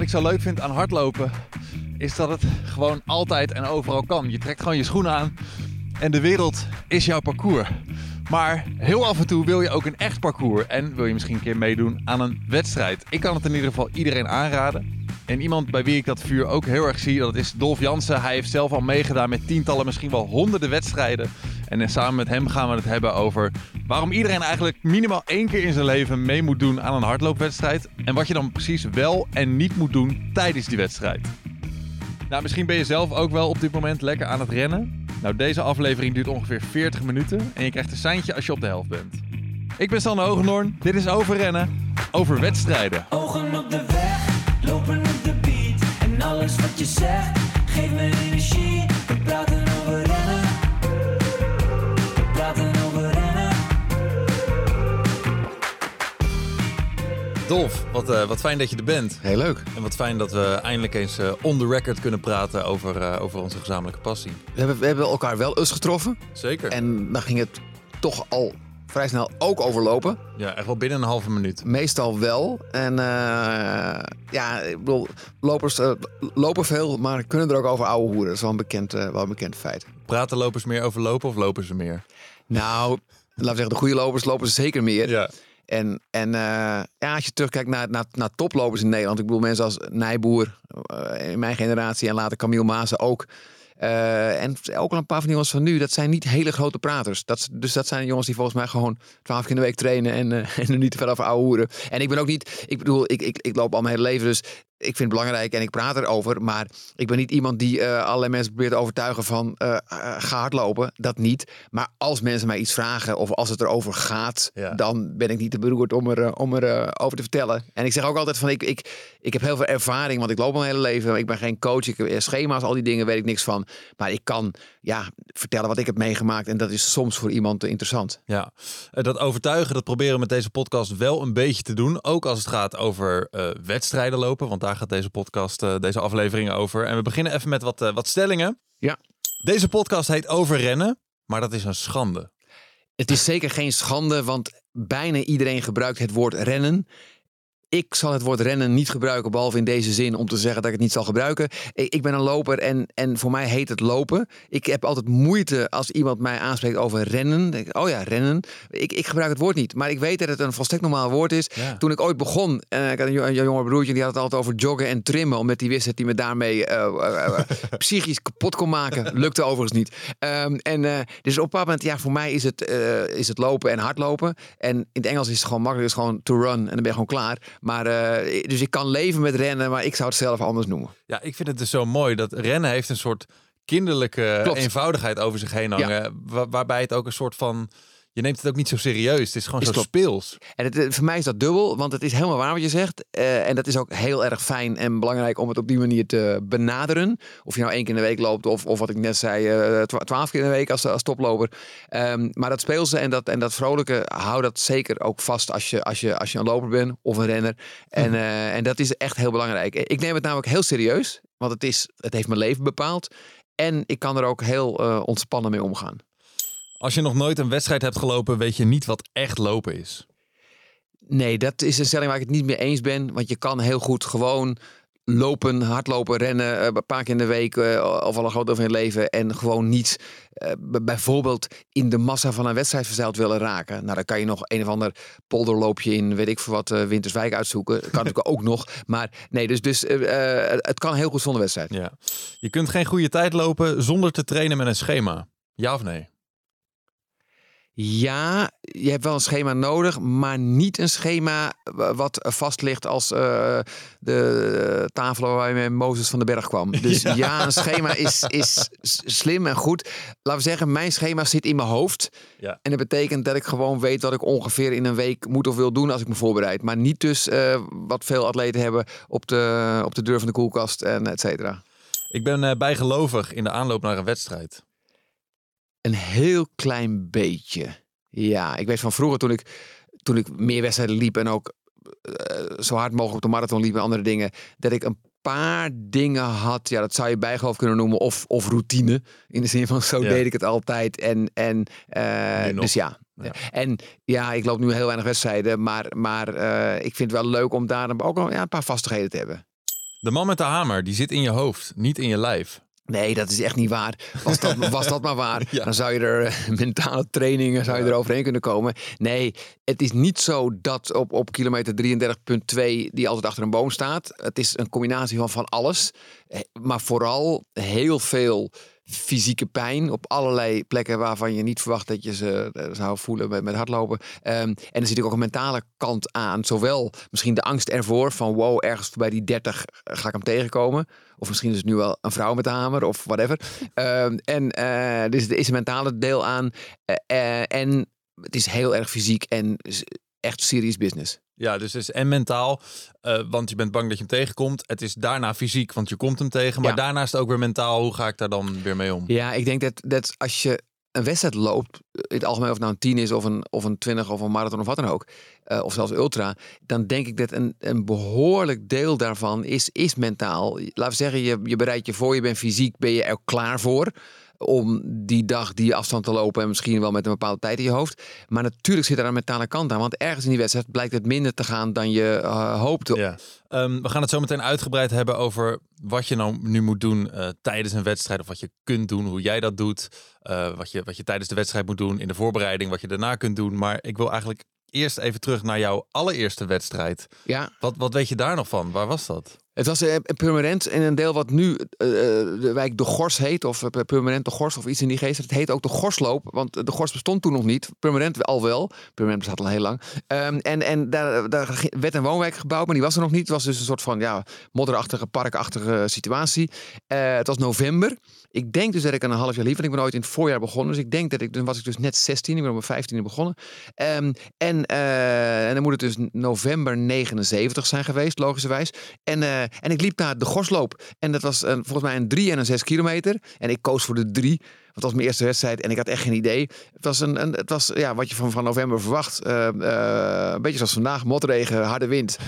ik zo leuk vind aan hardlopen is dat het gewoon altijd en overal kan. Je trekt gewoon je schoenen aan en de wereld is jouw parcours. Maar heel af en toe wil je ook een echt parcours en wil je misschien een keer meedoen aan een wedstrijd. Ik kan het in ieder geval iedereen aanraden. En iemand bij wie ik dat vuur ook heel erg zie, dat is Dolf Jansen. Hij heeft zelf al meegedaan met tientallen, misschien wel honderden wedstrijden. En samen met hem gaan we het hebben over waarom iedereen eigenlijk minimaal 1 keer in zijn leven mee moet doen aan een hardloopwedstrijd. En wat je dan precies wel en niet moet doen tijdens die wedstrijd. Nou, misschien ben je zelf ook wel op dit moment lekker aan het rennen. Nou, deze aflevering duurt ongeveer 40 minuten en je krijgt een seintje als je op de helft bent. Ik ben Sander Hogendoorn, dit is Over Rennen, over wedstrijden. Ogen op de weg, lopen op de beat. En alles wat je zegt, geeft me energie. We praten over rennen. We praten over rennen. Dolf, wat fijn dat je er bent. Heel leuk. En wat fijn dat we eindelijk eens on the record kunnen praten over onze gezamenlijke passie. We hebben elkaar wel eens getroffen. Zeker. En dan ging het toch al vrij snel ook overlopen. Ja, echt wel binnen een halve minuut. Meestal wel. En ja, ik bedoel, lopers lopen veel, maar kunnen er ook over ouwe hoeren. Dat is wel een bekend feit. Praten lopers meer over lopen of lopen ze meer? Nou, laten we zeggen, de goede lopers lopen zeker meer. Ja. En ja, als je terugkijkt naar toplopers in Nederland. Ik bedoel, mensen als Nijboer in mijn generatie en later Camille Maassen ook. En ook al een paar van die jongens van nu, dat zijn niet hele grote praters. Dus dat zijn jongens die volgens mij gewoon 12 keer in de week trainen en er niet te veel over ouwe hoeren. En ik ben ook niet, ik bedoel, ik loop al mijn hele leven, dus ik vind het belangrijk en ik praat erover. Maar ik ben niet iemand die allerlei mensen probeert te overtuigen van ga hardlopen. Dat niet. Maar als mensen mij iets vragen of als het erover gaat, dan ben ik niet te beroerd om er over te vertellen. En ik zeg ook altijd van ik heb heel veel ervaring, want ik loop al mijn hele leven. Ik ben geen coach, ik heb schema's, al die dingen weet ik niks van. Maar ik kan vertellen wat ik heb meegemaakt en dat is soms voor iemand interessant. Ja, dat overtuigen, dat proberen we met deze podcast wel een beetje te doen. Ook als het gaat over wedstrijden lopen, want daar gaat deze podcast, deze aflevering over. En we beginnen even met wat stellingen. Ja. Deze podcast heet Over Rennen, maar dat is een schande. Het is zeker geen schande, want bijna iedereen gebruikt het woord rennen. Ik zal het woord rennen niet gebruiken, behalve in deze zin om te zeggen dat ik het niet zal gebruiken. Ik ben een loper en voor mij heet het lopen. Ik heb altijd moeite als iemand mij aanspreekt over rennen. Denk ik, oh ja, rennen. Ik gebruik het woord niet, maar ik weet dat het een volstrekt normaal woord is. Ja. Toen ik ooit begon, ik had een jonger broertje, die had het altijd over joggen en trimmen, omdat hij wist dat hij me daarmee psychisch kapot kon maken. Lukte overigens niet. Dus op een bepaald moment, voor mij is het lopen en hardlopen. En in het Engels is het gewoon makkelijk, het is gewoon to run en dan ben je gewoon klaar. Maar dus ik kan leven met rennen, maar ik zou het zelf anders noemen. Ja, ik vind het dus zo mooi dat rennen heeft een soort kinderlijke eenvoudigheid over zich heen hangen. Ja. Waarbij het ook een soort van... Je neemt het ook niet zo serieus. Het is gewoon zo speels. En voor mij is dat dubbel, want het is helemaal waar wat je zegt. En dat is ook heel erg fijn en belangrijk om het op die manier te benaderen. Of je nou 1 keer in de week loopt of wat ik net zei, 12 keer in de week als toploper. Maar dat speelse en dat vrolijke, hou dat zeker ook vast als je een loper bent of een renner. En dat is echt heel belangrijk. Ik neem het namelijk heel serieus, want het heeft mijn leven bepaald. En ik kan er ook heel ontspannen mee omgaan. Als je nog nooit een wedstrijd hebt gelopen, weet je niet wat echt lopen is. Nee, dat is een stelling waar ik het niet mee eens ben. Want je kan heel goed gewoon lopen, hardlopen, rennen, een paar keer in de week of al een groot deel van je leven. En gewoon niet bijvoorbeeld in de massa van een wedstrijd verzeild willen raken. Nou, dan kan je nog een of ander polderloopje in, weet ik veel wat, Winterswijk uitzoeken. Dat kan natuurlijk ook nog. Maar nee, dus het kan heel goed zonder wedstrijd. Ja. Je kunt geen goede tijd lopen zonder te trainen met een schema. Ja of nee? Ja, je hebt wel een schema nodig, maar niet een schema wat vast ligt als de tafel waar je met Mozes van de berg kwam. Dus ja, een schema is slim en goed. Laten we zeggen, mijn schema zit in mijn hoofd. Ja. En dat betekent dat ik gewoon weet wat ik ongeveer in een week moet of wil doen als ik me voorbereid. Maar niet dus wat veel atleten hebben op de deur van de koelkast en et cetera. Ik ben bijgelovig in de aanloop naar een wedstrijd. Een heel klein beetje. Ja, ik weet van vroeger toen ik meer wedstrijden liep en ook zo hard mogelijk op de marathon liep en andere dingen, dat ik een paar dingen had. Ja, dat zou je bijgeloof kunnen noemen of routine. In de zin van zo deed ik het altijd. Dus ja. En ja, ik loop nu heel weinig wedstrijden, maar ik vind het wel leuk om daar ook een paar vastigheden te hebben. De man met de hamer, die zit in je hoofd, niet in je lijf. Nee, dat is echt niet waar. Was dat maar waar, Ja. dan zou je er mentale trainingen er overheen kunnen komen. Nee, het is niet zo dat op kilometer 33,2 die altijd achter een boom staat. Het is een combinatie van alles. Maar vooral heel veel fysieke pijn op allerlei plekken waarvan je niet verwacht dat je ze zou voelen met hardlopen. En er zit ook een mentale kant aan. Zowel misschien de angst ervoor van wow, ergens bij die 30 ga ik hem tegenkomen. Of misschien is het nu wel een vrouw met de hamer of whatever. Dus er is een mentale deel aan. En het is heel erg fysiek en echt serious business. Ja, dus het is en mentaal, want je bent bang dat je hem tegenkomt. Het is daarna fysiek, want je komt hem tegen. Maar daarna is het ook weer mentaal. Hoe ga ik daar dan weer mee om? Ja, ik denk dat als je een wedstrijd loopt, in het algemeen of het nou een 10 is of een 20 of een marathon of wat dan ook, of zelfs ultra, dan denk ik dat een behoorlijk deel daarvan is mentaal. Laten we zeggen, je bereidt je voor, je bent fysiek, ben je er klaar voor om die dag die afstand te lopen en misschien wel met een bepaalde tijd in je hoofd. Maar natuurlijk zit er een mentale kant aan, want ergens in die wedstrijd blijkt het minder te gaan dan je hoopte. Ja. We gaan het zo meteen uitgebreid hebben over wat je nou nu moet doen tijdens een wedstrijd, of wat je kunt doen, hoe jij dat doet, wat je tijdens de wedstrijd moet doen, in de voorbereiding, wat je daarna kunt doen. Maar ik wil eigenlijk eerst even terug naar jouw allereerste wedstrijd. Ja. Wat weet je daar nog van? Waar was dat? Het was Purmerend in een deel wat nu de wijk De Gors heet. Of Purmerend De Gors of iets in die geest. Het heet ook de Gorsloop. Want de Gors bestond toen nog niet. Purmerend al wel. Purmerend bestaat al heel lang. En daar werd een woonwijk gebouwd. Maar die was er nog niet. Het was dus een soort van modderachtige, parkachtige situatie. Het was november. Ik denk dus dat ik een half jaar liever. Ik ben ooit in het voorjaar begonnen. Dus ik denk dat toen was ik dus net 16. Ik ben op mijn 15e begonnen. En dan moet het dus november 79 zijn geweest, logischerwijs. En ik liep daar de Gorsloop. En dat was volgens mij een 3 en een 6 kilometer. En ik koos voor de 3. Het was mijn eerste wedstrijd en ik had echt geen idee. Het was wat je van november verwacht. Een beetje zoals vandaag, motregen, harde wind.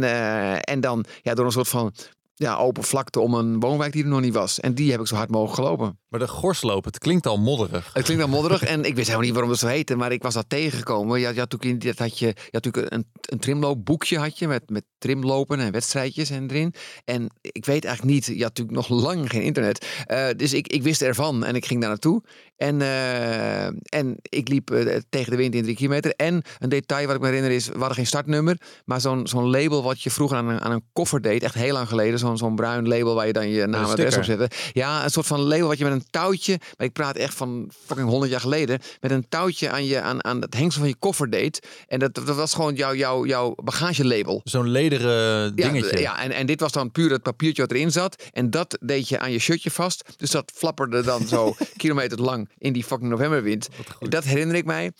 En dan door een soort van open vlakte om een woonwijk die er nog niet was. En die heb ik zo hard mogelijk gelopen. Maar de Gorsloop, het klinkt al modderig. Het klinkt al modderig en ik wist helemaal niet waarom dat zo heette, maar ik was dat tegengekomen. Je had natuurlijk een trimloopboekje had je met trimlopen en wedstrijdjes en erin. En ik weet eigenlijk niet, je had natuurlijk nog lang geen internet. Dus ik wist ervan en ik ging daar naartoe. En ik liep tegen de wind in 3 kilometer. En een detail wat ik me herinner is, we hadden geen startnummer, maar zo'n label wat je vroeger aan een koffer deed, echt heel lang geleden, zo'n bruin label waar je dan je naam en adres op zette. Ja, een soort van label wat je met een touwtje, maar ik praat echt van fucking 100 jaar geleden, met een touwtje aan het hengsel van je koffer deed. En dat was gewoon jouw bagagelabel. Zo'n lederen dingetje. Ja, en dit was dan puur het papiertje wat erin zat. En dat deed je aan je shirtje vast. Dus dat flapperde dan zo kilometer lang in die fucking novemberwind. Dat herinner ik mij.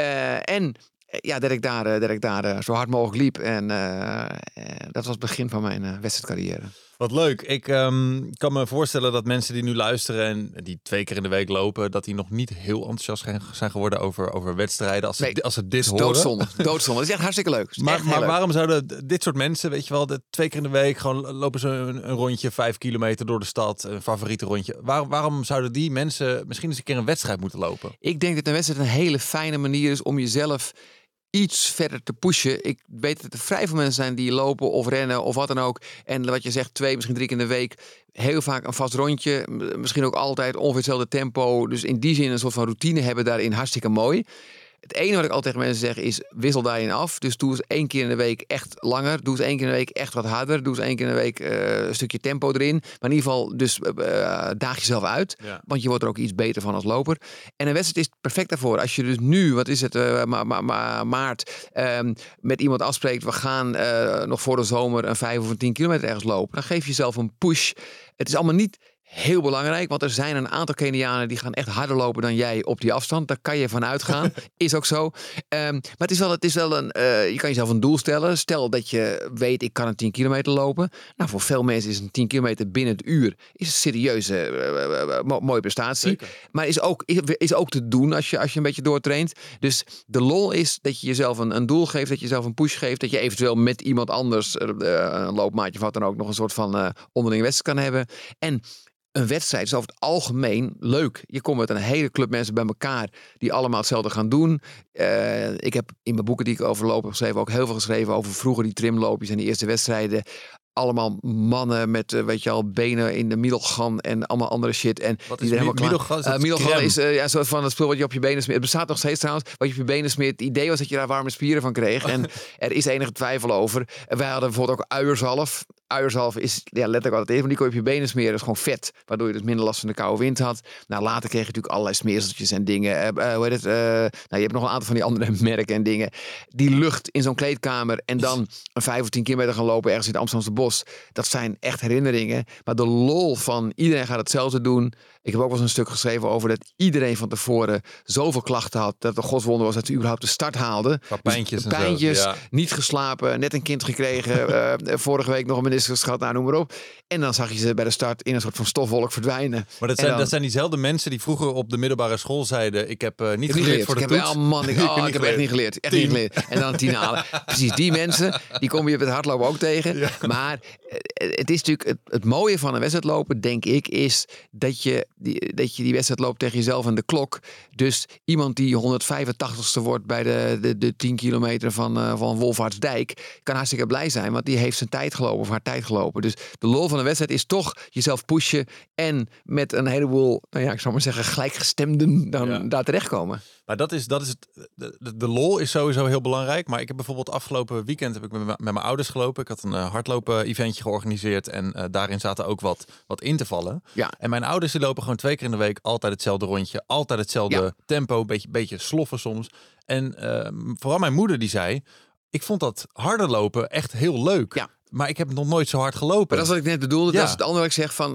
Dat ik daar zo hard mogelijk liep. En dat was het begin van mijn wedstrijdcarrière. Wat leuk. Ik kan me voorstellen dat mensen die nu luisteren en die 2 keer in de week lopen, dat die nog niet heel enthousiast zijn geworden over wedstrijden als ze dit horen. Doodzonde. Dat is echt hartstikke leuk. Maar waarom zouden dit soort mensen, weet je wel, 2 keer in de week gewoon lopen ze een rondje 5 kilometer door de stad, een favoriete rondje. Waarom zouden die mensen misschien eens een keer een wedstrijd moeten lopen? Ik denk dat een wedstrijd een hele fijne manier is om jezelf iets verder te pushen. Ik weet dat er vrij veel mensen zijn die lopen of rennen of wat dan ook. En wat je zegt, 2, misschien 3 keer in de week. Heel vaak een vast rondje. Misschien ook altijd ongeveer hetzelfde tempo. Dus in die zin een soort van routine hebben daarin hartstikke mooi. Het enige wat ik altijd tegen mensen zeg is, wissel daarin af. Dus doe eens 1 keer in de week echt langer. Doe eens 1 keer in de week echt wat harder. Doe eens 1 keer in de week een stukje tempo erin. Maar in ieder geval, dus daag jezelf uit. Ja. Want je wordt er ook iets beter van als loper. En een wedstrijd is perfect daarvoor. Als je dus nu, wat is het, maart, met iemand afspreekt, we gaan nog voor de zomer een 5 of een 10 kilometer ergens lopen. Dan geef je jezelf een push. Het is allemaal niet heel belangrijk, want er zijn een aantal Kenianen die gaan echt harder lopen dan jij op die afstand. Daar kan je van uitgaan. Is ook zo. Maar het is wel een. Je kan jezelf een doel stellen. Stel dat je weet, ik kan een 10 kilometer lopen. Nou, voor veel mensen is een 10 kilometer binnen het uur is een serieuze mooie prestatie. Zeker. Maar is ook te doen als je een beetje doortraint. Dus de lol is dat je jezelf een doel geeft, dat je jezelf een push geeft, dat je eventueel met iemand anders, een loopmaatje of wat dan ook, nog een soort van onderling wedstrijd kan hebben. En een wedstrijd is over het algemeen leuk. Je komt met een hele club mensen bij elkaar die allemaal hetzelfde gaan doen. Ik heb in mijn boeken die ik over lopen heb geschreven ook heel veel geschreven over vroeger die trimloopjes en die eerste wedstrijden. allemaal mannen met, weet je al, benen in de middelgan en allemaal andere shit. En Wat is die helemaal middelgan? Is dat middelgan crème? is een soort van het spul wat je op je benen smeert. Het bestaat nog steeds trouwens. Wat je op je benen smeert. Het idee was dat je daar warme spieren van kreeg. En er is enige twijfel over. En wij hadden bijvoorbeeld ook uierzalf. Uierzalf is letterlijk wat het is. Maar die kon je op je benen smeren. Dat is gewoon vet. Waardoor je dus minder last van de koude wind had. Nou, later kreeg je natuurlijk allerlei smeerseltjes en dingen. Hoe heet het? Je hebt nog een aantal van die andere merken en dingen. Die lucht in zo'n kleedkamer. En dan een 5 of 10 kilometer gaan lopen ergens in het Amsterdamse bos. Dat zijn echt herinneringen. Maar de lol van iedereen gaat hetzelfde doen. Ik heb ook wel eens een stuk geschreven over dat iedereen van tevoren zoveel klachten had. Dat de godswonder was dat ze überhaupt de start haalden. Pijntjes, Dus pijntjes, niet geslapen, net een kind gekregen. Vorige week nog een meniscus gehad, nou, noem maar op. En dan zag je ze bij de start in een soort van stofwolk verdwijnen. Maar dat zijn diezelfde mensen die vroeger op de middelbare school zeiden... ik heb niet geleerd voor de toets. Ik heb echt niet geleerd. Echt niet geleerd. En dan 10 halen. Precies, die mensen, die kom je met hardlopen ook tegen. Ja. Maar het is natuurlijk het mooie van een wedstrijd lopen, denk ik, is dat je die wedstrijd loopt tegen jezelf en de klok. Dus iemand die 185ste wordt bij de 10 kilometer van Wolvaartsdijk kan hartstikke blij zijn, want die heeft zijn tijd gelopen of haar tijd gelopen. Dus de lol van een wedstrijd is toch jezelf pushen en met een heleboel, nou ja, ik zou maar zeggen, gelijkgestemden dan daar terechtkomen. Maar dat is het. De lol is sowieso heel belangrijk. Maar ik heb bijvoorbeeld afgelopen weekend heb ik met mijn ouders gelopen. Ik had een hardlopen-eventje georganiseerd. En daarin zaten ook wat in te vallen. Ja. En mijn ouders die lopen gewoon 2 keer in de week altijd hetzelfde rondje. Altijd hetzelfde tempo. Beetje sloffen soms. En vooral mijn moeder die zei... Ik vond dat harder lopen echt heel leuk. Ja. Maar ik heb nog nooit zo hard gelopen. Maar dat is wat ik net bedoelde. Dat is het andere wat ik zeg van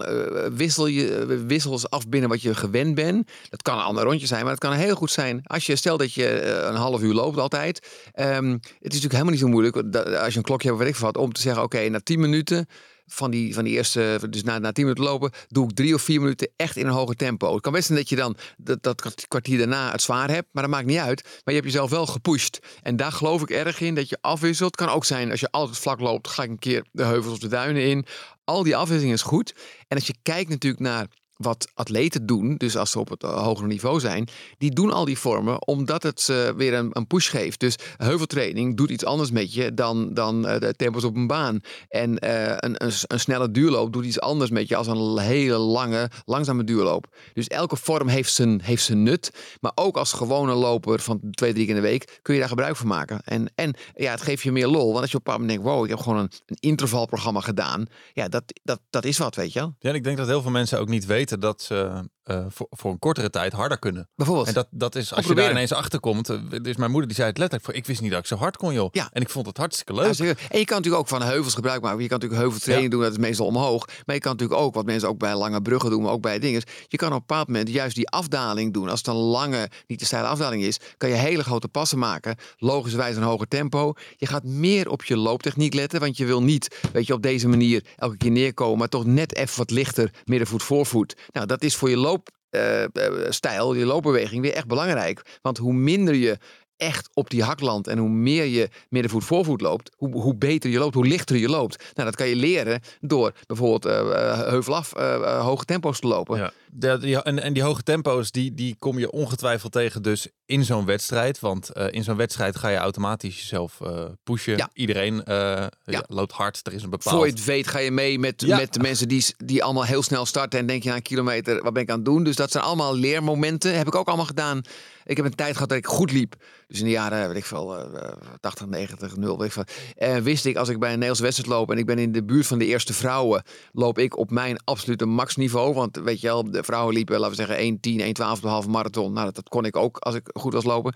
wissel eens af binnen wat je gewend bent. Dat kan een ander rondje zijn, maar het kan heel goed zijn. Stel dat je een half uur loopt altijd. Het is natuurlijk helemaal niet zo moeilijk als je een klokje hebt, weet ik wat, om te zeggen oké, na 10 minuten van die eerste, dus na 10 minuten lopen, doe ik 3 of 4 minuten echt in een hoger tempo. Het kan best zijn dat je dan dat kwartier daarna het zwaar hebt, maar dat maakt niet uit. Maar je hebt jezelf wel gepusht. En daar geloof ik erg in, dat je afwisselt. Kan ook zijn, als je altijd vlak loopt, ga ik een keer de heuvels of de duinen in. Al die afwisseling is goed. En als je kijkt natuurlijk naar wat atleten doen, dus als ze op het hogere niveau zijn, die doen al die vormen omdat het weer een push geeft. Dus heuveltraining doet iets anders met je dan de tempos op een baan. En een snelle duurloop doet iets anders met je als een hele lange, langzame duurloop. Dus elke vorm heeft zijn nut. Maar ook als gewone loper van 2-3 keer in de week kun je daar gebruik van maken. En het geeft je meer lol. Want als je op een bepaald moment denkt, wow, ik heb gewoon een intervalprogramma gedaan. Ja, dat is wat, weet je wel. Ja, en ik denk dat heel veel mensen ook niet weten dat ze voor een kortere tijd harder kunnen. Bijvoorbeeld. En dat is, als je daar ineens achter komt. Dus mijn moeder die zei het letterlijk, ik wist niet dat ik zo hard kon, joh. Ja. En ik vond het hartstikke leuk. Ja, en je kan natuurlijk ook van heuvels gebruik maken. Je kan natuurlijk heuveltraining doen, dat is meestal omhoog. Maar je kan natuurlijk ook, wat mensen ook bij lange bruggen doen, maar ook bij dingen. Je kan op een bepaald moment juist die afdaling doen. Als het een lange, niet te steile afdaling is, kan je hele grote passen maken. Logischerwijs een hoger tempo. Je gaat meer op je looptechniek letten, want je wil niet, weet je, op deze manier elke keer neerkomen, maar toch net even wat lichter middenvoet, voorvoet. Nou, dat is voor je loopstijl, je loopbeweging weer echt belangrijk. Want hoe minder je echt op die hakland en hoe meer je middenvoet voorvoet loopt, hoe beter je loopt, hoe lichter je loopt. Nou, dat kan je leren door bijvoorbeeld heuvelaf hoge tempo's te lopen. Ja. En die hoge tempo's, die kom je ongetwijfeld tegen dus in zo'n wedstrijd. Want in zo'n wedstrijd ga je automatisch jezelf pushen. Ja. Iedereen loopt hard. Er is een bepaald... Voor je het weet ga je mee met de mensen die allemaal heel snel starten en denk je na een kilometer, wat ben ik aan het doen? Dus dat zijn allemaal leermomenten. Heb ik ook allemaal gedaan. Ik heb een tijd gehad dat ik goed liep. Dus in de jaren, weet ik veel, 80, 90, 0, weet ik veel. Wist ik, als ik bij een Nederlandse wedstrijd loop en ik ben in de buurt van de eerste vrouwen, loop ik op mijn absolute maxniveau. Want weet je wel, de vrouwen liepen, laten we zeggen, 1:10, 1:12 op de halve marathon. Nou, dat kon ik ook als ik goed was lopen.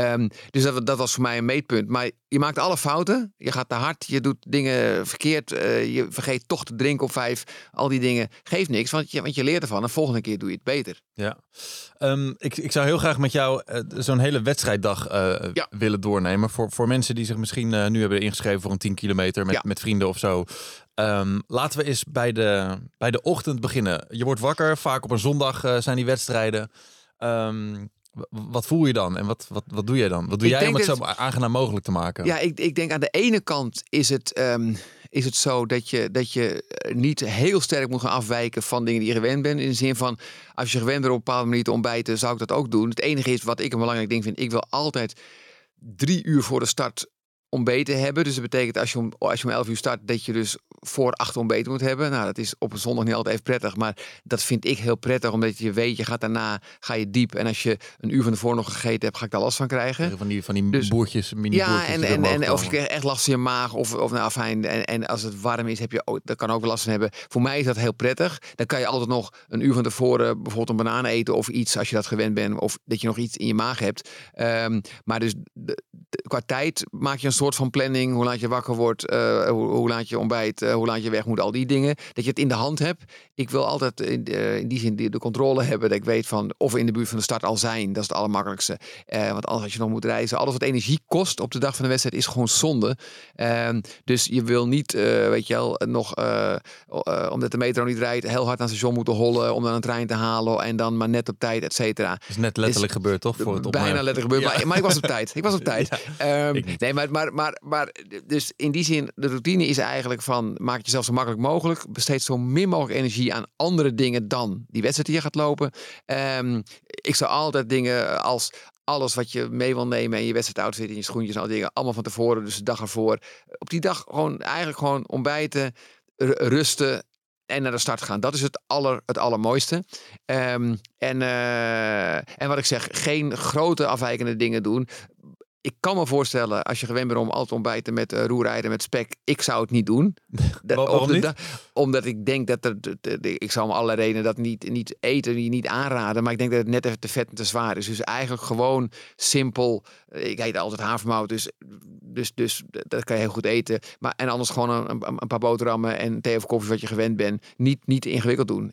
Dus dat was voor mij een meetpunt. Maar je maakt alle fouten. Je gaat te hard, je doet dingen verkeerd. Je vergeet toch te drinken op 5. Al die dingen geeft niks, want je leert ervan. En volgende keer doe je het beter. Ja. Ik zou heel graag met jou zo'n hele wedstrijddag willen doornemen. Voor mensen die zich misschien nu hebben ingeschreven voor een 10 kilometer met vrienden of zo. Laten we eens bij de ochtend beginnen. Je wordt wakker, vaak op een zondag zijn die wedstrijden. Wat voel je dan en wat doe jij dan? Wat doe jij om het zo aangenaam mogelijk te maken? Ja, ik denk aan de ene kant is het zo dat je niet heel sterk moet gaan afwijken van dingen die je gewend bent. In de zin van, als je gewend bent op een bepaalde manier te ontbijten, zou ik dat ook doen. Het enige is wat ik een belangrijk ding vind. Ik wil altijd 3 uur voor de start ontbeten hebben. Dus dat betekent als je om 11 uur start, dat je dus voor 8 ontbeten moet hebben. Nou, dat is op een zondag niet altijd even prettig. Maar dat vind ik heel prettig. Omdat je weet, je gaat daarna diep. En als je een uur van tevoren nog gegeten hebt, ga ik daar last van krijgen. Van die boertjes, mini-boertjes. En of je krijgt echt last van je maag. Of nou fijn. En als het warm is, daar kan ook wel last van hebben. Voor mij is dat heel prettig. Dan kan je altijd nog een uur van tevoren bijvoorbeeld een banaan eten. Of iets, als je dat gewend bent. Of dat je nog iets in je maag hebt. Maar dus qua tijd maak je een soort van planning. Hoe laat je wakker wordt. Hoe laat je ontbijt. Hoe laat je weg moet. Al die dingen. Dat je het in de hand hebt. Ik wil altijd in die zin de controle hebben. Dat ik weet van of we in de buurt van de start al zijn. Dat is het allermakkelijkste. Want anders als je nog moet reizen. Alles wat energie kost op de dag van de wedstrijd is gewoon zonde. Dus je wil niet, weet je wel, nog omdat de metro niet rijdt, heel hard naar het station moeten hollen om dan een trein te halen en dan maar net op tijd, et cetera. Dat is net letterlijk gebeurd, toch? Voor het bijna letterlijk gebeurd, maar ik was op tijd. Ik was op tijd. Nee, maar dus in die zin, de routine is eigenlijk van maak het jezelf zo makkelijk mogelijk. Besteed zo min mogelijk energie aan andere dingen dan die wedstrijd die je gaat lopen. Ik zou altijd dingen als alles wat je mee wil nemen en je wedstrijdoutfit en je schoentjes en al die dingen, allemaal van tevoren, dus de dag ervoor. Op die dag gewoon ontbijten, rusten en naar de start gaan. Dat is het allermooiste. En wat ik zeg, geen grote afwijkende dingen doen. Ik kan me voorstellen, als je gewend bent om altijd te ontbijten met roerijden, met spek. Ik zou het niet doen. Waarom niet? Omdat ik denk dat ik zou om allerlei redenen dat niet eten, je niet aanraden. Maar ik denk dat het net even te vet en te zwaar is. Dus eigenlijk gewoon simpel. Ik eet altijd havermout, dus dat kan je heel goed eten. En anders gewoon een paar boterhammen en thee of koffie wat je gewend bent. Niet ingewikkeld doen.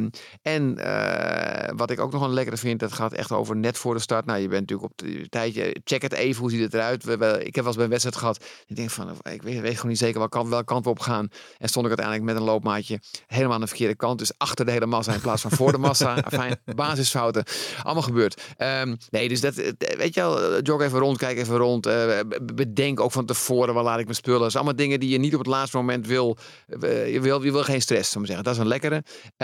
En wat ik ook nog een lekkere vind, dat gaat echt over net voor de start. Nou, je bent natuurlijk op het tijdje. Check het even, hoe ziet het eruit? Ik heb wel eens bij een wedstrijd gehad. Ik denk van, ik weet gewoon niet zeker welke kant we op gaan. En stond ik uiteindelijk met een loopmaatje helemaal aan de verkeerde kant. Dus achter de hele massa in plaats van voor de massa. Fijn, basisfouten. Allemaal gebeurd. Nee, dus dat, weet je wel, jog even rond, kijk even rond. Bedenk ook van tevoren, waar laat ik mijn spullen. Dat zijn allemaal dingen die je niet op het laatste moment wil. Je wil geen stress, zou ik zeggen. Dat is een lekkere.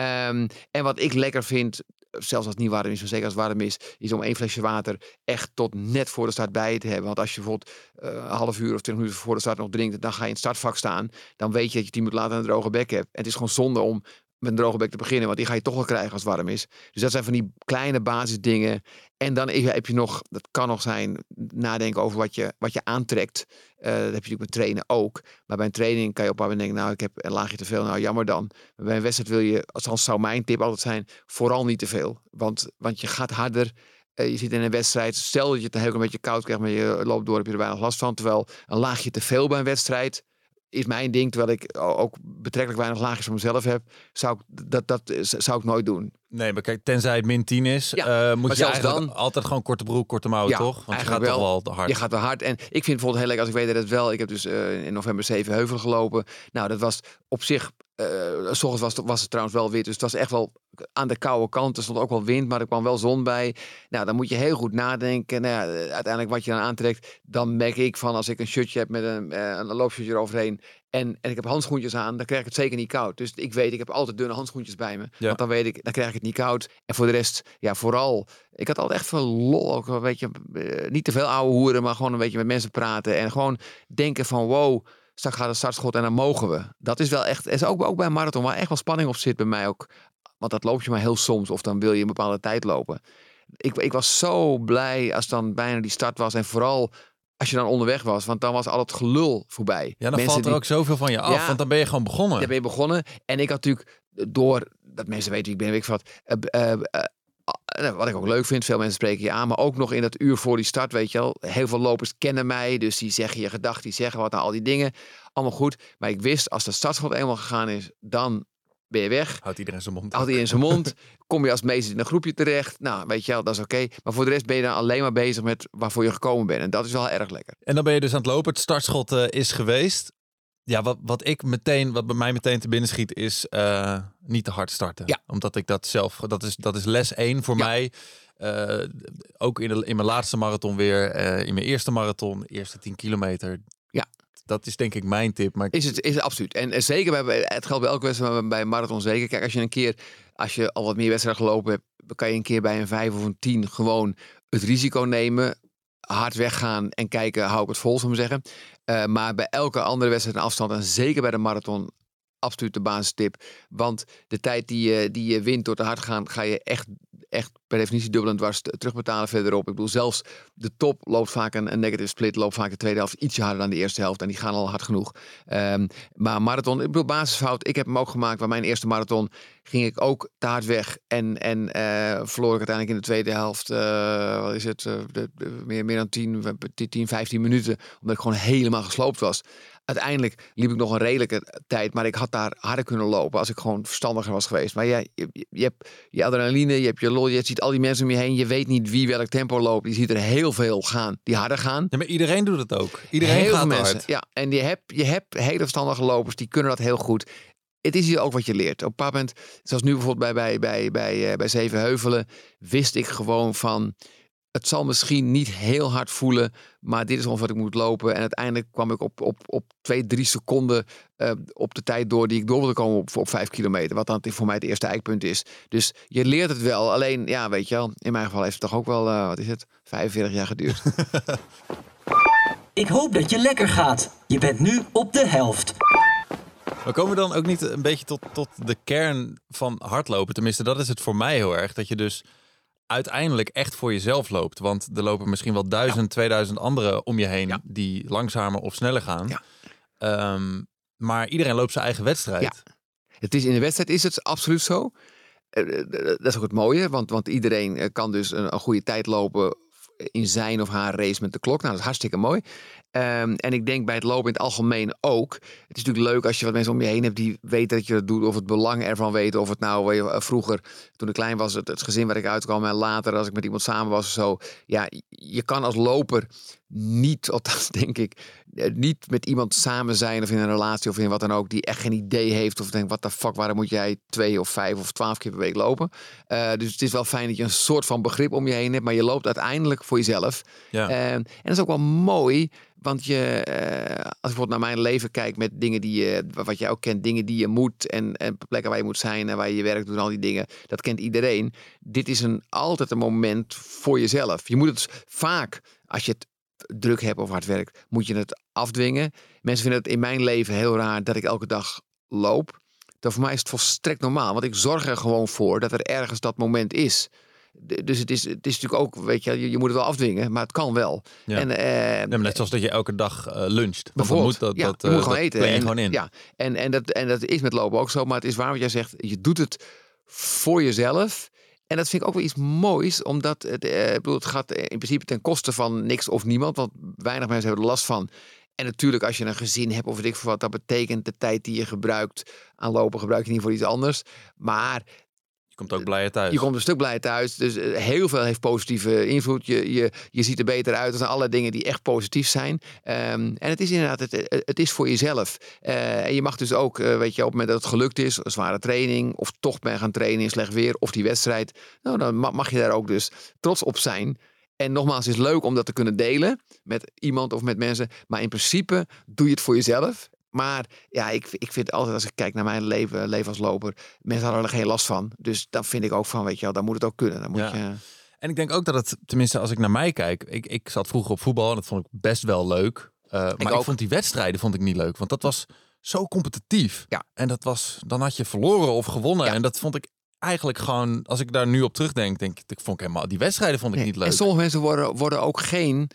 En wat ik lekker vind, zelfs als het niet warm is, maar zeker als het warm is om 1 flesje water echt tot net voor de start bij je te hebben. Want als je bijvoorbeeld een half uur of 20 minuten voor de start nog drinkt, dan ga je in het startvak staan. Dan weet je dat je 10 minuten later een droge bek hebt. En het is gewoon zonde om met een droge bek te beginnen, want die ga je toch wel krijgen als het warm is. Dus dat zijn van die kleine basisdingen. En dan heb je nog, dat kan nog zijn, nadenken over wat je aantrekt. Dat heb je natuurlijk met trainen ook. Maar bij een training kan je op een moment denken, nou, ik heb een laagje te veel, nou jammer dan. Maar bij een wedstrijd wil je, althans zou mijn tip altijd zijn, vooral niet te veel. Want je gaat harder. Je zit in een wedstrijd. Stel dat je het een heel klein beetje koud krijgt, maar je loopt door, heb je er weinig last van. Terwijl een laagje te veel bij een wedstrijd is mijn ding. Terwijl ik ook betrekkelijk weinig laagjes van mezelf heb, zou ik nooit doen. Nee, maar kijk, tenzij het min 10 is, moet je eigenlijk dan altijd gewoon korte broek, korte mouwen, toch? Want je gaat toch wel hard. Je gaat wel hard. En ik vind bijvoorbeeld heel lekker, als ik weet dat het wel. Ik heb dus in november 7 Heuvel gelopen. Nou, dat was op zich. 's ochtends was het trouwens wel wit, dus het was echt wel aan de koude kant. Er stond ook wel wind, maar er kwam wel zon bij. Nou, dan moet je heel goed nadenken. Nou ja, uiteindelijk wat je dan aantrekt, dan merk ik van als ik een shirtje heb met een loopshirtje eroverheen en ik heb handschoentjes aan, dan krijg ik het zeker niet koud. Dus ik weet, ik heb altijd dunne handschoentjes bij me. Ja. Want dan weet ik, dan krijg ik het niet koud. En voor de rest, ja, vooral, ik had altijd echt veel lol. Ook een beetje, niet te veel ouwe hoeren, maar gewoon een beetje met mensen praten. En gewoon denken van, wow, straks gaat het startschot en dan mogen we. Dat is wel echt, het is ook bij een marathon waar echt wel spanning op zit bij mij ook. Want dat loop je maar heel soms, of dan wil je een bepaalde tijd lopen. Ik was zo blij als dan bijna die start was. En vooral als je dan onderweg was, want dan was al het gelul voorbij. Ja, dan valt er ook zoveel van je af, want dan ben je gewoon begonnen. Dan ben je begonnen. En ik had natuurlijk, door dat mensen weten wie ik ben, weet ik wat ik ook leuk vind, veel mensen spreken je aan, maar ook nog in dat uur voor die start, weet je wel, heel veel lopers kennen mij, dus die zeggen je gedachten, die zeggen wat, nou, al die dingen, allemaal goed. Maar ik wist, als de startschot eenmaal gegaan is, dan ben je weg. Houdt iedereen zijn mond. Houdt iedereen zijn mond. Kom je als meester in een groepje terecht. Nou, weet je wel, dat is oké. Maar voor de rest ben je dan alleen maar bezig met waarvoor je gekomen bent. En dat is wel erg lekker. En dan ben je dus aan het lopen. Het startschot is geweest. Ja, wat bij mij meteen te binnen schiet is niet te hard starten. Ja. Omdat ik dat zelf, dat is les 1 voor mij. Ook in mijn laatste marathon weer. In mijn eerste marathon, eerste 10 kilometer. Ja. Dat is denk ik mijn tip. Maar is het absoluut. En zeker het geldt bij elke wedstrijd, maar bij een marathon zeker. Kijk, als je al wat meer wedstrijden gelopen hebt, dan kan je een keer bij een 5 of een 10 gewoon het risico nemen, hard weggaan en kijken, hou ik het vol, zou ik maar zeggen. Maar bij elke andere wedstrijd en afstand, en zeker bij de marathon, absoluut de basistip. Want de tijd die je wint door te hard gaan, ga je echt per definitie dubbel en dwars terugbetalen verderop. Ik bedoel, zelfs de top loopt vaak een negative split, loopt vaak de tweede helft ietsje harder dan de eerste helft. En die gaan al hard genoeg. Maar marathon, ik bedoel, basisfout. Ik heb hem ook gemaakt. Bij mijn eerste marathon ging ik ook te hard weg. En verloor ik uiteindelijk in de tweede helft, wat is het, meer dan 10, 15 minuten. Omdat ik gewoon helemaal gesloopt was. Uiteindelijk liep ik nog een redelijke tijd, maar ik had daar harder kunnen lopen als ik gewoon verstandiger was geweest. Maar je hebt je adrenaline, je hebt je lol, je ziet al die mensen om je heen. Je weet niet wie welk tempo loopt. Je ziet er heel veel gaan die harder gaan. Ja, maar iedereen doet het ook. Iedereen heel gaat veel mensen. hard. Ja, en je hebt hele verstandige lopers, die kunnen dat heel goed. Het is hier ook wat je leert. Op een bepaald moment, zoals nu bijvoorbeeld bij Zevenheuvelen, wist ik gewoon van, het zal misschien niet heel hard voelen, maar dit is ongeveer wat ik moet lopen. En uiteindelijk kwam ik op 2-3 seconden op de tijd door die ik door wilde komen op 5 kilometer. Wat dan voor mij het eerste eikpunt is. Dus je leert het wel. Alleen, ja, weet je wel, in mijn geval heeft het toch ook wel, 45 jaar geduurd. Ik hoop dat je lekker gaat. Je bent nu op de helft. Maar komen we dan ook niet een beetje tot de kern van hardlopen? Tenminste, dat is het voor mij heel erg. Dat je dus uiteindelijk echt voor jezelf loopt. Want er lopen misschien wel 1000, 2000 anderen om je heen die langzamer of sneller gaan. Ja. Maar iedereen loopt zijn eigen wedstrijd. Ja. In de wedstrijd is het absoluut zo. Dat is ook het mooie, want iedereen kan dus een goede tijd lopen in zijn of haar race met de klok. Nou, dat is hartstikke mooi. En ik denk bij het lopen in het algemeen ook. Het is natuurlijk leuk als je wat mensen om je heen hebt die weten dat je dat doet, of het belang ervan weten, of het nou vroeger, toen ik klein was, het gezin waar ik uitkwam en later als ik met iemand samen was of zo. Ja, je kan als loper niet, althans denk ik, niet met iemand samen zijn of in een relatie of in wat dan ook, die echt geen idee heeft of denkt, wat de fuck, waarom moet jij 2 of 5 of 12 keer per week lopen? Dus het is wel fijn dat je een soort van begrip om je heen hebt, maar je loopt uiteindelijk voor jezelf. Ja. En dat is ook wel mooi. Want als ik bijvoorbeeld naar mijn leven kijk met dingen wat jij ook kent, dingen die je moet en plekken waar je moet zijn en waar je werk doet en al die dingen, dat kent iedereen. Dit is altijd een moment voor jezelf. Je moet het vaak, als je het druk hebt of hard werkt, moet je het afdwingen. Mensen vinden het in mijn leven heel raar dat ik elke dag loop. Dat voor mij is het volstrekt normaal, want ik zorg er gewoon voor dat er ergens dat moment is. Dus het is natuurlijk ook, weet je moet het wel afdwingen, maar het kan wel. Ja. En, maar net zoals dat je elke dag luncht. Bijvoorbeeld, Want je moet gewoon eten. Plan je gewoon in. Ja, en dat is met lopen ook zo. Maar het is waar wat jij zegt, je doet het voor jezelf. En dat vind ik ook wel iets moois, omdat het gaat in principe ten koste van niks of niemand. Want weinig mensen hebben er last van. En natuurlijk, als je een gezin hebt of weet ik veel wat, dat betekent de tijd die je gebruikt aan lopen, gebruik je niet voor iets anders. Maar je komt ook blijer thuis. Je komt een stuk blijer thuis. Dus heel veel heeft positieve invloed. Je ziet er beter uit. Dat zijn alle dingen die echt positief zijn. En het is inderdaad, het is voor jezelf. En je mag dus ook, op het moment dat het gelukt is, een zware training, of toch ben gaan trainen in slecht weer, of die wedstrijd. Nou, dan mag je daar ook dus trots op zijn. En nogmaals, het is leuk om dat te kunnen delen met iemand of met mensen. Maar in principe doe je het voor jezelf. Maar ja, ik vind altijd, als ik kijk naar mijn leven als loper, mensen hadden er geen last van. Dus dan vind ik ook van, weet je wel, dan moet het ook kunnen. Dan moet je... En ik denk ook dat het, tenminste als ik naar mij kijk, ik zat vroeger op voetbal en dat vond ik best wel leuk. Maar ik vond die wedstrijden niet leuk, want dat was zo competitief. Ja. En dan had je verloren of gewonnen. Ja. En dat vond ik eigenlijk gewoon, als ik daar nu op terugdenk, die wedstrijden vond ik niet leuk. En sommige mensen worden ook geen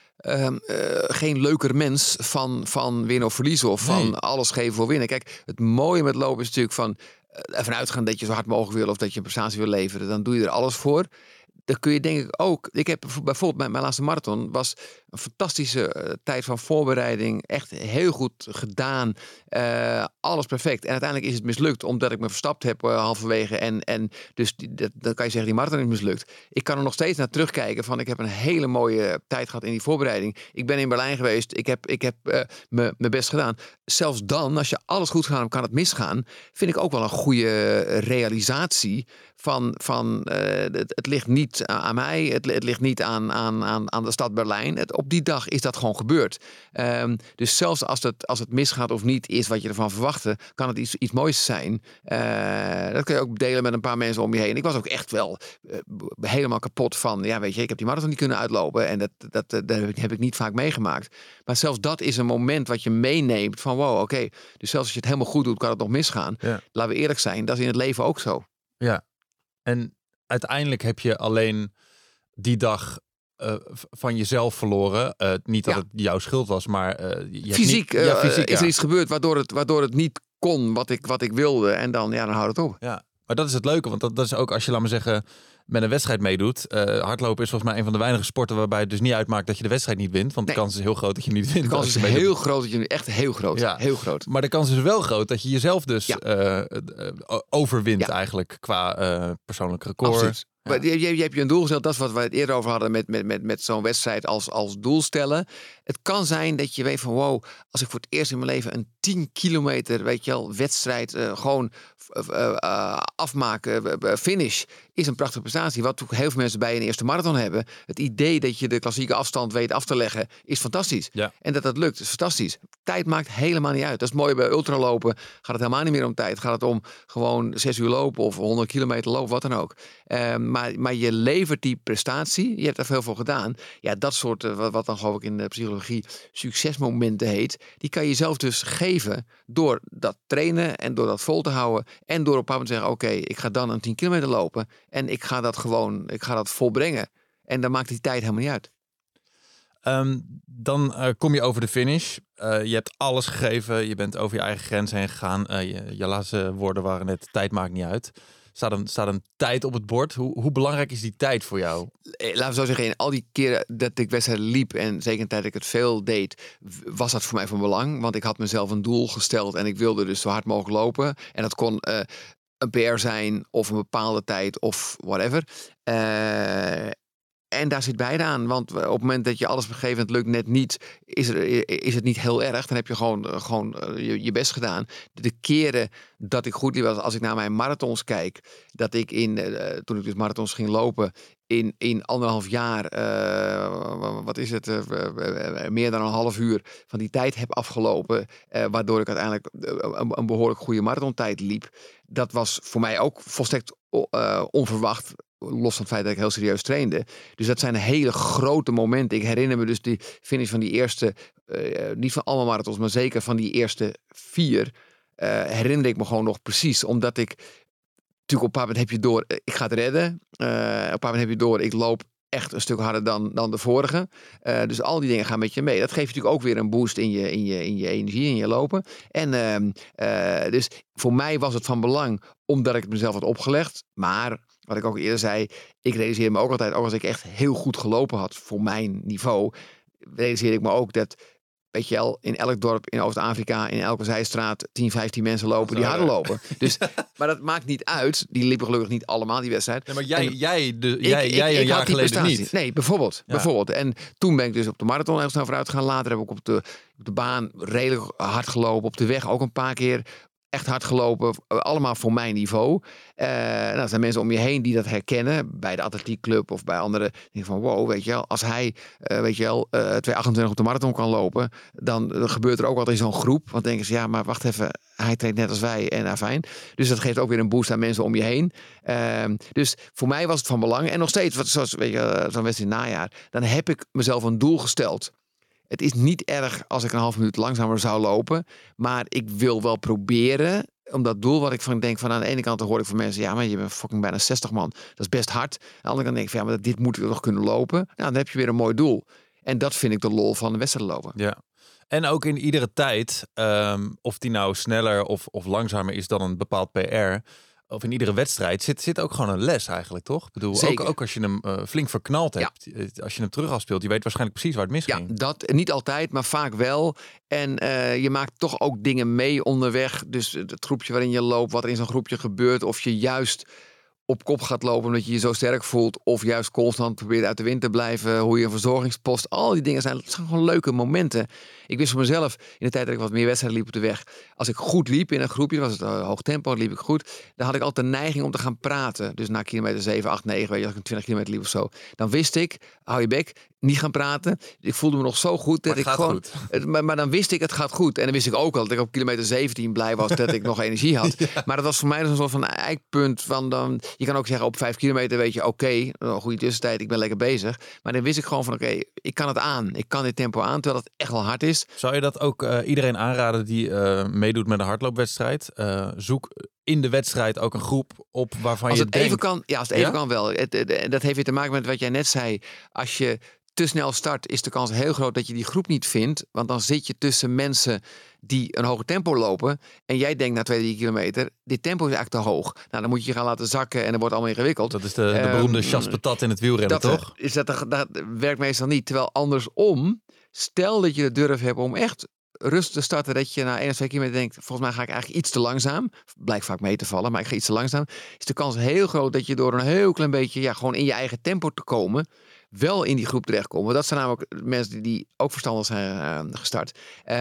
leuker mens van winnen of verliezen of van alles geven voor winnen. Kijk, het mooie met lopen is natuurlijk van ervan uitgaan dat je zo hard mogelijk wil of dat je een prestatie wil leveren. Dan doe je er alles voor. Dan kun je denk ik ook. Ik heb bijvoorbeeld mijn laatste marathon was een fantastische tijd van voorbereiding. Echt heel goed gedaan. Alles perfect. En uiteindelijk is het mislukt omdat ik me verstapt heb halverwege. En dus dan kan je zeggen die marathon is mislukt. Ik kan er nog steeds naar terugkijken van ik heb een hele mooie tijd gehad in die voorbereiding. Ik ben in Berlijn geweest. Ik heb mijn best gedaan. Zelfs dan, als je alles goed gedaan hebt, kan het misgaan. Vind ik ook wel een goede realisatie van het ligt niet niet aan mij. Het ligt niet aan de stad Berlijn. Op die dag is dat gewoon gebeurd. Dus zelfs als het misgaat of niet is wat je ervan verwachtte, kan het iets moois zijn. Dat kun je ook delen met een paar mensen om je heen. Ik was ook echt wel helemaal kapot van, ja, weet je, ik heb die marathon niet kunnen uitlopen. En dat heb ik niet vaak meegemaakt. Maar zelfs dat is een moment wat je meeneemt van, wow, oké. Dus zelfs als je het helemaal goed doet, kan het nog misgaan. Ja. Laten we eerlijk zijn, dat is in het leven ook zo. Ja. En uiteindelijk heb je alleen die dag van jezelf verloren. Niet dat het jouw schuld was, maar Fysiek, fysiek is er iets gebeurd waardoor het niet kon wat ik wilde. En dan houdt het op. Ja, maar dat is het leuke. Want dat is ook als je, laat maar zeggen, met een wedstrijd meedoet. Hardlopen is volgens mij een van de weinige sporten waarbij het dus niet uitmaakt dat je de wedstrijd niet wint. Want de kans is heel groot dat je niet wint. De kans is heel groot dat je echt heel groot. Ja. Heel groot. Maar de kans is wel groot dat je jezelf dus overwint eigenlijk qua persoonlijk record. Absoluut. Ja. Maar je hebt je een doel gesteld. Dat is wat we het eerder over hadden met zo'n wedstrijd als doel stellen. Het kan zijn dat je weet van, wow, als ik voor het eerst in mijn leven een 10 kilometer, weet je wel, wedstrijd gewoon afmaken, finish, is een prachtige prestatie. Wat heel veel mensen bij een eerste marathon hebben. Het idee dat je de klassieke afstand weet af te leggen, is fantastisch. Ja. En dat lukt, is fantastisch. Tijd maakt helemaal niet uit. Dat is mooi bij ultralopen. Gaat het helemaal niet meer om tijd. Gaat het om gewoon 6 uur lopen of 100 kilometer lopen, wat dan ook. Maar je levert die prestatie. Je hebt er veel voor gedaan. Ja, dat soort, wat dan geloof ik in de psychologie succesmomenten heet. Die kan je zelf dus geven door dat trainen en door dat vol te houden. En door op een moment te zeggen, oké, ik ga dan een 10 kilometer lopen. En ik ga dat volbrengen. En dan maakt die tijd helemaal niet uit. Dan kom je over de finish. Je hebt alles gegeven. Je bent over je eigen grens heen gegaan. Je laatste woorden waren net, tijd maakt niet uit. Staat een tijd op het bord. Hoe belangrijk is die tijd voor jou? Laten we zo zeggen, in al die keren dat ik wedstrijden liep en zeker in tijd dat ik het veel deed, was dat voor mij van belang. Want ik had mezelf een doel gesteld en ik wilde dus zo hard mogelijk lopen. En dat kon een PR zijn of een bepaalde tijd of whatever. En daar zit beide aan. Want op het moment dat je alles begeeft en het lukt net niet, is het niet heel erg. Dan heb je gewoon je best gedaan. De keren dat ik goed liep, als ik naar mijn marathons kijk, dat ik toen ik dus marathons ging lopen, in 1,5 jaar, meer dan een half uur van die tijd heb afgelopen, waardoor ik uiteindelijk een behoorlijk goede marathontijd liep. Dat was voor mij ook volstrekt onverwacht. Los van het feit dat ik heel serieus trainde. Dus dat zijn hele grote momenten. Ik herinner me dus die finish van die eerste, niet van allemaal marathons, maar zeker van die eerste 4, herinner ik me gewoon nog precies. Omdat ik, natuurlijk op een paar moment heb je door, ik ga het redden. Op een paar moment heb je door, ik loop echt een stuk harder dan de vorige. Dus al die dingen gaan met je mee. Dat geeft natuurlijk ook weer een boost in je energie, in je lopen. En dus voor mij was het van belang, omdat ik het mezelf had opgelegd. Maar wat ik ook eerder zei, ik realiseer me ook altijd, ook als ik echt heel goed gelopen had voor mijn niveau, realiseer ik me ook dat, weet je wel, in elk dorp in Oost-Afrika, in elke zijstraat 10, 15 mensen lopen die harder lopen. Dus, maar dat maakt niet uit. Die liepen gelukkig niet allemaal die wedstrijd. Nee, maar jij een jaar geleden niet. Nee, bijvoorbeeld. En toen ben ik dus op de marathon heel snel vooruit gaan. Later heb ik op de baan redelijk hard gelopen. Op de weg ook een paar keer echt hard gelopen. Allemaal voor mijn niveau. Er zijn mensen om je heen die dat herkennen. Bij de atletiekclub of bij anderen. Die van, wow, weet je wel. Als hij, 2:28 op de marathon kan lopen, dan gebeurt er ook altijd in zo'n groep. Want dan denken ze, ja, maar wacht even. Hij traint net als wij en fijn. Dus dat geeft ook weer een boost aan mensen om je heen. Dus voor mij was het van belang. En nog steeds, zoals weet je, zo'n wedstrijd najaar. Dan heb ik mezelf een doel gesteld. Het is niet erg als ik een half minuut langzamer zou lopen. Maar ik wil wel proberen om dat doel wat ik van denk van aan de ene kant dan hoor ik van mensen, ja, maar je bent fucking bijna 60 man. Dat is best hard. Aan de andere kant denk ik van, ja, maar dit moet ik nog kunnen lopen. Nou, dan heb je weer een mooi doel. En dat vind ik de lol van de wedstrijd lopen. Ja. En ook in iedere tijd, of die nou sneller of langzamer is dan een bepaald PR, of in iedere wedstrijd zit ook gewoon een les eigenlijk, toch? Ik bedoel, ook als je hem flink verknald hebt, als je hem terug afspeelt, je weet waarschijnlijk precies waar het misging. Ja, dat niet altijd, maar vaak wel. En je maakt toch ook dingen mee onderweg. Dus het groepje waarin je loopt, wat er in zo'n groepje gebeurt, of je juist op kop gaat lopen omdat je je zo sterk voelt. Of juist constant probeert uit de wind te blijven. Hoe je een verzorgingspost. Al die dingen zijn gewoon leuke momenten. Ik wist voor mezelf, in de tijd dat ik wat meer wedstrijden liep op de weg. Als ik goed liep in een groepje, was het hoog tempo, liep ik goed. Dan had ik altijd de neiging om te gaan praten. Dus na kilometer 7, 8, 9, weet je, als ik een 20 kilometer liep of zo. Dan wist ik, hou je bek, niet gaan praten. Ik voelde me nog zo goed. Dat maar het ik gaat gewoon, goed. maar dan wist ik, het gaat goed. En dan wist ik ook al dat ik op kilometer 17 blij was dat ik nog energie had. Ja. Maar dat was voor mij dus een soort van eikpunt. Van dan, je kan ook zeggen, op 5 kilometer weet je, oké, een goede tussentijd, ik ben lekker bezig. Maar dan wist ik gewoon van, oké, ik kan het aan. Ik kan dit tempo aan, terwijl het echt wel hard is. Zou je dat ook iedereen aanraden die meedoet met een hardloopwedstrijd? Zoek in de wedstrijd ook een groep op waarvan als je het denkt... even kan, ja, als het even kan wel. Dat heeft weer te maken met wat jij net zei. Als je te snel start, is de kans heel groot dat je die groep niet vindt. Want dan zit je tussen mensen die een hoger tempo lopen. En jij denkt na 2-3 kilometer, dit tempo is eigenlijk te hoog. Nou, dan moet je je gaan laten zakken en dat wordt allemaal ingewikkeld. Dat is de beroemde chasse patat in het wielrennen, toch? Dat werkt meestal niet. Terwijl andersom, stel dat je de durf hebt om echt rustig te starten, dat je na 1 of 2 kilometer denkt, volgens mij ga ik eigenlijk iets te langzaam. Blijkt vaak mee te vallen, maar ik ga iets te langzaam. Is de kans heel groot dat je door een heel klein beetje, gewoon in je eigen tempo te komen, wel in die groep terechtkomen. Dat zijn namelijk mensen die ook verstandig zijn gestart.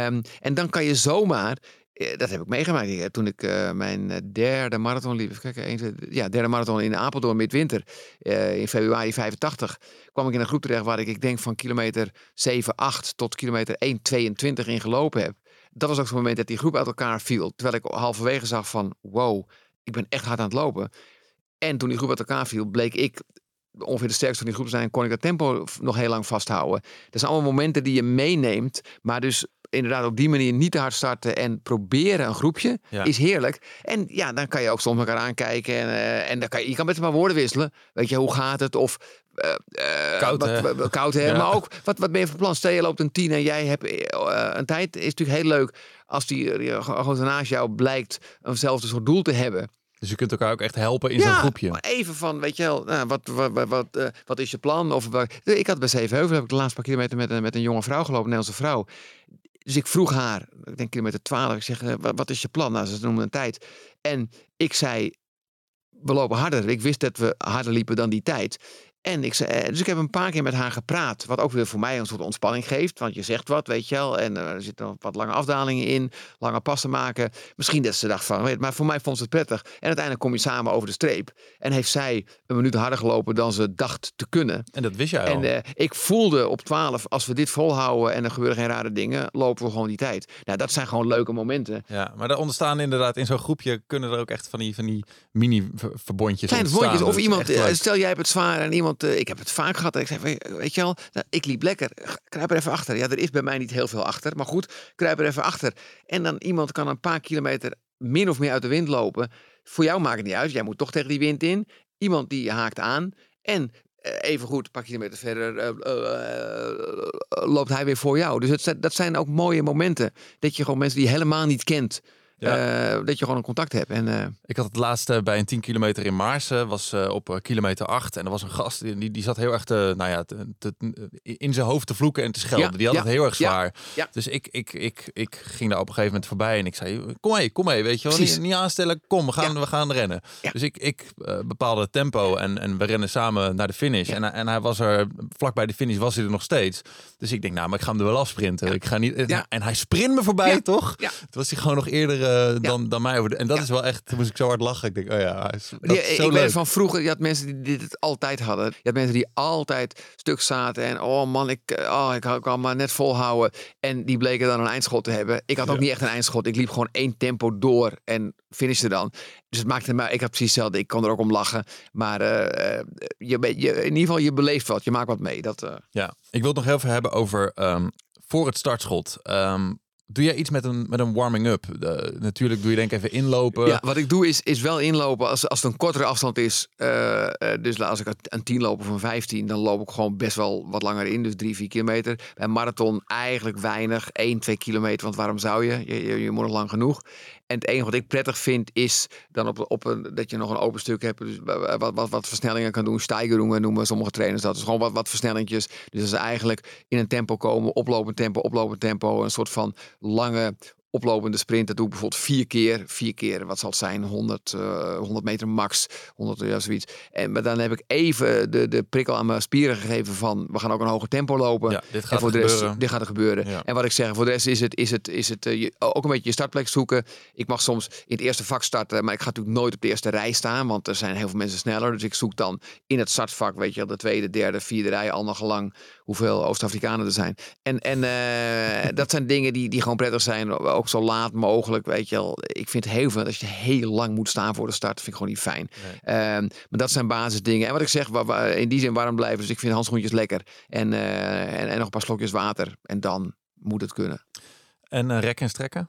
En dan kan je zomaar, dat heb ik meegemaakt. Toen ik mijn derde marathon liep. Even kijken, derde marathon in Apeldoorn midwinter. In februari 85 kwam ik in een groep terecht waar ik denk van kilometer 7, 8 tot kilometer 1, 22 in gelopen heb. Dat was ook zo'n moment dat die groep uit elkaar viel. Terwijl ik halverwege zag van, wow, ik ben echt hard aan het lopen. En toen die groep uit elkaar viel, bleek ik ongeveer de sterkste van die groep zijn, kon ik dat tempo nog heel lang vasthouden. Dat zijn allemaal momenten die je meeneemt, maar dus inderdaad op die manier niet te hard starten en proberen een groepje is heerlijk. En ja, dan kan je ook soms elkaar aankijken en dan je kan met elkaar woorden wisselen. Weet je, hoe gaat het? Of koud, hè? Ja. Maar ook, wat ben je van plan? Stel, je loopt een 10 en jij hebt een tijd. Is natuurlijk heel leuk als die gewoon naast jou blijkt eenzelfde soort doel te hebben. Dus je kunt elkaar ook echt helpen in zo'n groepje. Maar even van, weet je wel, wat is je plan? Of, ik had bij Zevenheuvel, heb ik de laatste paar kilometer met een jonge vrouw gelopen, een Nederlandse vrouw. Dus ik vroeg haar, ik denk kilometer 12, ik zeg, wat is je plan? Nou, ze noemde een tijd. En ik zei, we lopen harder. Ik wist dat we harder liepen dan die tijd. En dus ik heb een paar keer met haar gepraat. Wat ook weer voor mij een soort ontspanning geeft. Want je zegt wat, weet je wel. En er zitten wat lange afdalingen in. Lange passen maken. Misschien dat ze dacht van, maar voor mij vond ze het prettig. En uiteindelijk kom je samen over de streep. En heeft zij een minuut harder gelopen dan ze dacht te kunnen. En dat wist jij al. En ik voelde op 12, als we dit volhouden en er gebeuren geen rare dingen, lopen we gewoon die tijd. Nou, dat zijn gewoon leuke momenten. Ja, maar er ontstaan inderdaad in zo'n groepje, kunnen er ook echt van die mini-verbondjes kleine ontstaan. Verbondjes. Of iemand, stel jij hebt het zwaar en iemand, ik heb het vaak gehad. En ik zei, weet je wel, ik liep lekker. Kruip er even achter. Ja, er is bij mij niet heel veel achter. Maar goed, kruip er even achter. En dan iemand kan een paar kilometer min of meer uit de wind lopen. Voor jou maakt het niet uit. Jij moet toch tegen die wind in. Iemand die haakt aan. En even goed, een paar kilometer verder loopt hij weer voor jou. Dus dat zijn ook mooie momenten. Dat je gewoon mensen die je helemaal niet kent, dat je gewoon een contact hebt. En, ik had het laatste bij een 10 kilometer in Maarsen, was op kilometer 8. En er was een gast, die zat heel erg in zijn hoofd te vloeken en te schelden. Die had het heel erg zwaar. Ja. Dus ik ging daar op een gegeven moment voorbij en ik zei, kom mee, weet je wel. Niet aanstellen, kom, we gaan rennen. Ja. Dus ik bepaalde het tempo en we rennen samen naar de finish. Ja. En hij was er, vlakbij de finish was hij er nog steeds. Dus ik denk, maar ik ga hem er wel afsprinten. Ja. Ik ga niet, en hij sprint me voorbij, toch? Ja. Toen was hij gewoon nog eerder dan mij over. En dat is wel echt, toen moest ik zo hard lachen. Ik denk, ik weet van vroeger, je had mensen die dit altijd hadden. Je had mensen die altijd stuk zaten en ik kan maar net volhouden. En die bleken dan een eindschot te hebben. Ik had ook niet echt een eindschot. Ik liep gewoon 1 tempo door en finishte dan. Dus het maakte ik had precies hetzelfde. Ik kon er ook om lachen. Maar in ieder geval, je beleeft wat. Je maakt wat mee. Ja, ik wil het nog heel veel hebben over voor het startschot. Doe jij iets met een warming-up? Natuurlijk doe je denk ik even inlopen. Ja, wat ik doe is wel inlopen als het een kortere afstand is. Dus als ik een 10 loop of een 15, dan loop ik gewoon best wel wat langer in. Dus 3-4 kilometer. Bij een marathon eigenlijk weinig. 1-2 kilometer, want waarom zou je? Je moet nog lang genoeg. En het enige wat ik prettig vind is dan dat je nog een open stuk hebt. Dus wat versnellingen kan doen. Steigerungen noemen sommige trainers dat. Dus gewoon wat versnellingjes. Dus dat is eigenlijk in een tempo komen. Oplopend tempo. Een soort van lange oplopende sprint, dat doe ik bijvoorbeeld 4 keer, wat zal het zijn, 100 meter max, 100 zoiets. Maar dan heb ik even de prikkel aan mijn spieren gegeven van, we gaan ook een hoger tempo lopen. Ja, dit gaat en voor de gebeuren. rest, dit gaat er gebeuren. Ja. En wat ik zeg, voor de rest is het ook een beetje je startplek zoeken. Ik mag soms in het eerste vak starten, maar ik ga natuurlijk nooit op de eerste rij staan, want er zijn heel veel mensen sneller. Dus ik zoek dan in het startvak, weet je, de tweede, derde, vierde rij, al nog lang hoeveel Oost-Afrikanen er zijn. En dat zijn dingen die gewoon prettig zijn, ook zo laat mogelijk, weet je wel. Ik vind het heel veel als je heel lang moet staan voor de start, vind ik gewoon niet fijn. Nee. Maar dat zijn basisdingen. En wat ik zeg, in die zin warm blijven. Dus ik vind handschoentjes lekker. En nog een paar slokjes water. En dan moet het kunnen. En rekken en strekken?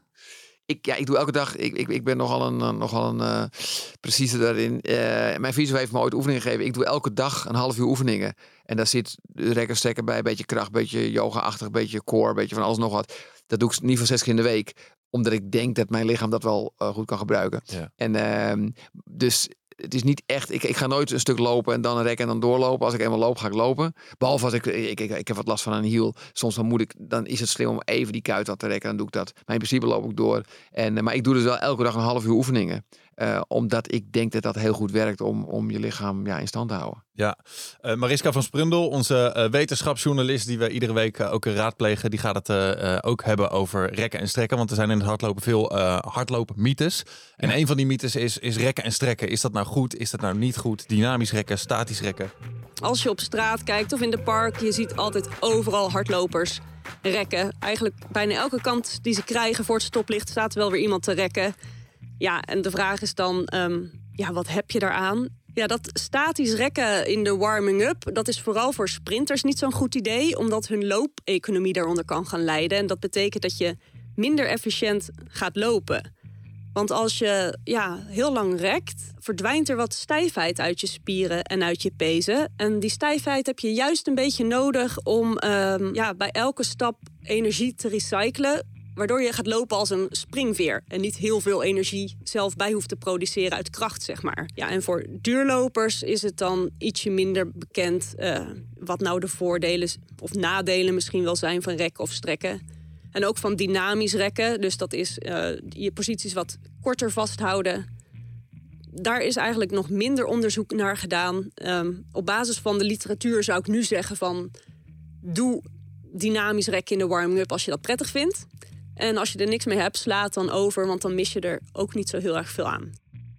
Ik doe elke dag. Ik ben nogal een precieze daarin. Mijn fysio heeft me ooit oefeningen gegeven. Ik doe elke dag een half uur oefeningen. En daar zit rekken, strekken bij. Een beetje kracht, een beetje yoga-achtig, een beetje core, een beetje van alles nog wat. Dat doe ik niet van 6 keer in de week. Omdat ik denk dat mijn lichaam dat wel goed kan gebruiken. Ja. En dus het is niet echt. Ik ga nooit een stuk lopen en dan een rekken en dan doorlopen. Als ik eenmaal loop, ga ik lopen. Behalve als ik heb wat last van een hiel. Soms dan is het slim om even die kuit aan te rekken. Dan doe ik dat. Maar in principe loop ik door. Maar ik doe dus wel elke dag een half uur oefeningen. Omdat ik denk dat dat heel goed werkt om je lichaam in stand te houden. Ja, Mariska van Sprundel, onze wetenschapsjournalist die we iedere week ook raadplegen, die gaat het ook hebben over rekken en strekken. Want er zijn in het hardlopen veel hardloopmythes. En een van die mythes is rekken en strekken. Is dat nou goed? Is dat nou niet goed? Dynamisch rekken, statisch rekken? Als je op straat kijkt of in de park, je ziet altijd overal hardlopers rekken. Eigenlijk bijna elke kant die ze krijgen voor het stoplicht staat wel weer iemand te rekken. Ja, en de vraag is dan, wat heb je daaraan? Ja, dat statisch rekken in de warming-up, dat is vooral voor sprinters niet zo'n goed idee, omdat hun loopeconomie daaronder kan gaan lijden. En dat betekent dat je minder efficiënt gaat lopen. Want als je heel lang rekt, verdwijnt er wat stijfheid uit je spieren en uit je pezen. En die stijfheid heb je juist een beetje nodig om bij elke stap energie te recyclen, waardoor je gaat lopen als een springveer en niet heel veel energie zelf bij hoeft te produceren uit kracht, zeg maar. Ja, en voor duurlopers is het dan ietsje minder bekend wat nou de voordelen of nadelen misschien wel zijn van rekken of strekken. En ook van dynamisch rekken, dus dat is je posities wat korter vasthouden. Daar is eigenlijk nog minder onderzoek naar gedaan. Op basis van de literatuur zou ik nu zeggen van, doe dynamisch rekken in de warming-up als je dat prettig vindt. En als je er niks mee hebt, sla het dan over, want dan mis je er ook niet zo heel erg veel aan.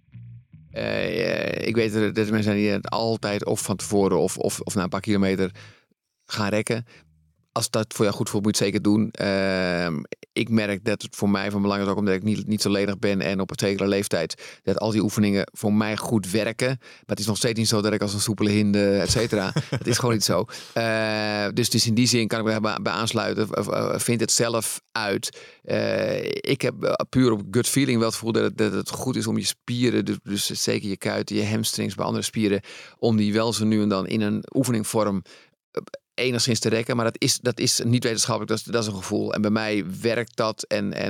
Ik weet dat er mensen zijn die het altijd of van tevoren of na een paar kilometer gaan rekken. Als dat voor jou goed voelt, moet je het zeker doen. Ik merk dat het voor mij van belang is, ook omdat ik niet zo ledig ben en op een zekere leeftijd, dat al die oefeningen voor mij goed werken. Maar het is nog steeds niet zo dat ik als een soepele hinde, et cetera. Het is gewoon niet zo. Dus in die zin kan ik me bij aansluiten. Vind het zelf uit. Ik heb puur op gut feeling wel het gevoel dat het goed is om je spieren, dus zeker je kuiten, je hamstrings, bij andere spieren, om die wel zo nu en dan in een oefeningvorm enigszins te rekken, maar dat is niet wetenschappelijk, dat is een gevoel. En bij mij werkt dat,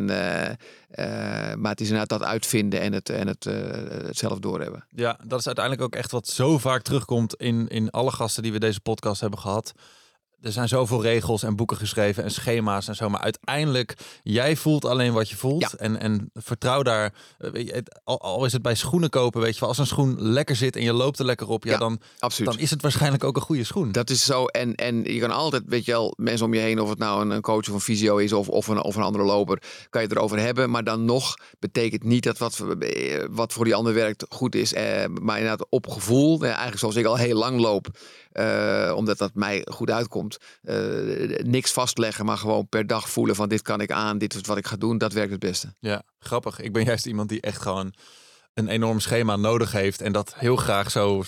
maar het is inderdaad dat uitvinden en het zelf doorhebben. Ja, dat is uiteindelijk ook echt wat zo vaak terugkomt in alle gasten die we deze podcast hebben gehad. Er zijn zoveel regels en boeken geschreven en schema's en zo. Maar uiteindelijk, jij voelt alleen wat je voelt. Ja. En vertrouw daar. Al is het bij schoenen kopen, weet je wel. Als een schoen lekker zit en je loopt er lekker op. Dan is het waarschijnlijk ook een goede schoen. Dat is zo. En je kan altijd, weet je wel, mensen om je heen. Of het nou een coach of een fysio is of een andere loper. Kan je het erover hebben. Maar dan nog betekent niet dat wat voor die ander werkt goed is. Maar inderdaad op gevoel. Eigenlijk zoals ik al heel lang loop. Omdat dat mij goed uitkomt. Niks vastleggen, maar gewoon per dag voelen van dit kan ik aan, dit is wat ik ga doen. Dat werkt het beste. Ja, grappig. Ik ben juist iemand die echt gewoon een enorm schema nodig heeft en dat heel graag zo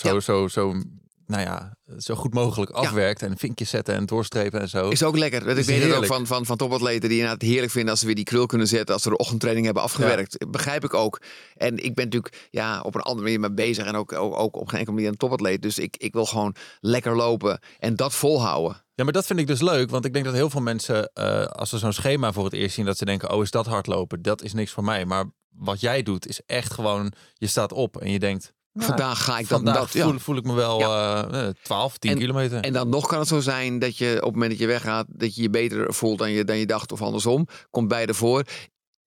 goed mogelijk afwerkt en vinkjes zetten en doorstrepen en zo. Is ook lekker. Ik weet het ook van topatleten die inderdaad heerlijk vinden als ze weer die krul kunnen zetten als ze de ochtendtraining hebben afgewerkt. Ja. Begrijp ik ook. En ik ben natuurlijk op een andere manier mee bezig en ook op geen enkele manier een topatleet. Dus ik wil gewoon lekker lopen en dat volhouden. Ja, maar dat vind ik dus leuk, want ik denk dat heel veel mensen, als ze zo'n schema voor het eerst zien, dat ze denken, oh, is dat hardlopen? Dat is niks voor mij. Maar wat jij doet is echt gewoon, je staat op en je denkt, vandaag ga ik voel ik me wel 10 kilometer. En dan nog kan het zo zijn dat je op het moment dat je weggaat, dat je je beter voelt dan je dacht of andersom. Komt beide voor.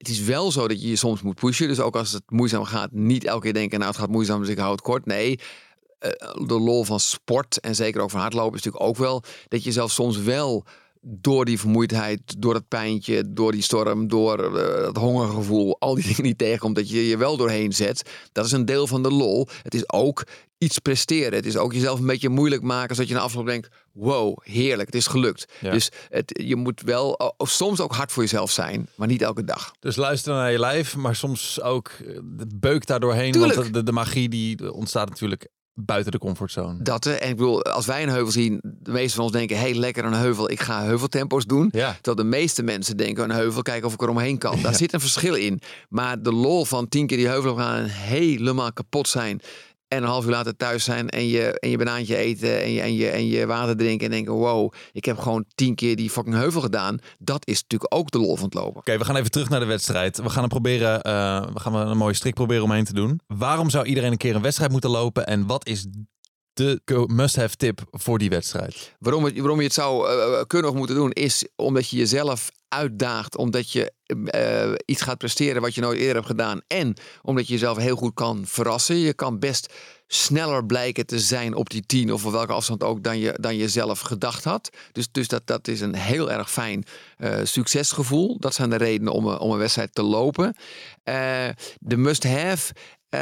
Het is wel zo dat je je soms moet pushen. Dus ook als het moeizaam gaat, niet elke keer denken, nou het gaat moeizaam, dus ik hou het kort. Nee, de lol van sport en zeker ook van hardlopen is natuurlijk ook wel dat je zelf soms wel door die vermoeidheid, door het pijntje, door die storm, door het hongergevoel, al die dingen niet tegenkomt, dat je je wel doorheen zet. Dat is een deel van de lol. Het is ook iets presteren. Het is ook jezelf een beetje moeilijk maken, zodat je na afloop denkt, wow, heerlijk, het is gelukt. Ja. Dus je moet wel soms ook hard voor jezelf zijn, maar niet elke dag. Dus luister naar je lijf, maar soms ook de beuk daar doorheen. Tuurlijk. Want de magie die ontstaat natuurlijk buiten de comfortzone. En ik bedoel, als wij een heuvel zien, de meeste van ons denken, hey, lekker een heuvel, ik ga heuveltempo's doen. Ja. Terwijl de meeste mensen denken, een heuvel, kijken of ik er omheen kan. Daar zit een verschil in. Maar de lol van 10 keer die heuvel op gaan en helemaal kapot zijn en een half uur later thuis zijn en je banaantje eten en je water drinken en denken, wow, ik heb gewoon 10 keer die fucking heuvel gedaan. Dat is natuurlijk ook de lol van het lopen. Oké, we gaan even terug naar de wedstrijd. We gaan een mooie strik proberen omheen te doen. Waarom zou iedereen een keer een wedstrijd moeten lopen en wat is de must-have tip voor die wedstrijd? Waarom je het zou kunnen of moeten doen is omdat je jezelf uitdaagt, omdat je iets gaat presteren wat je nooit eerder hebt gedaan en omdat je jezelf heel goed kan verrassen. Je kan best sneller blijken te zijn op die 10 of op welke afstand ook dan je zelf gedacht had. Dus dat is een heel erg fijn succesgevoel. Dat zijn de redenen om een wedstrijd te lopen. De must-have,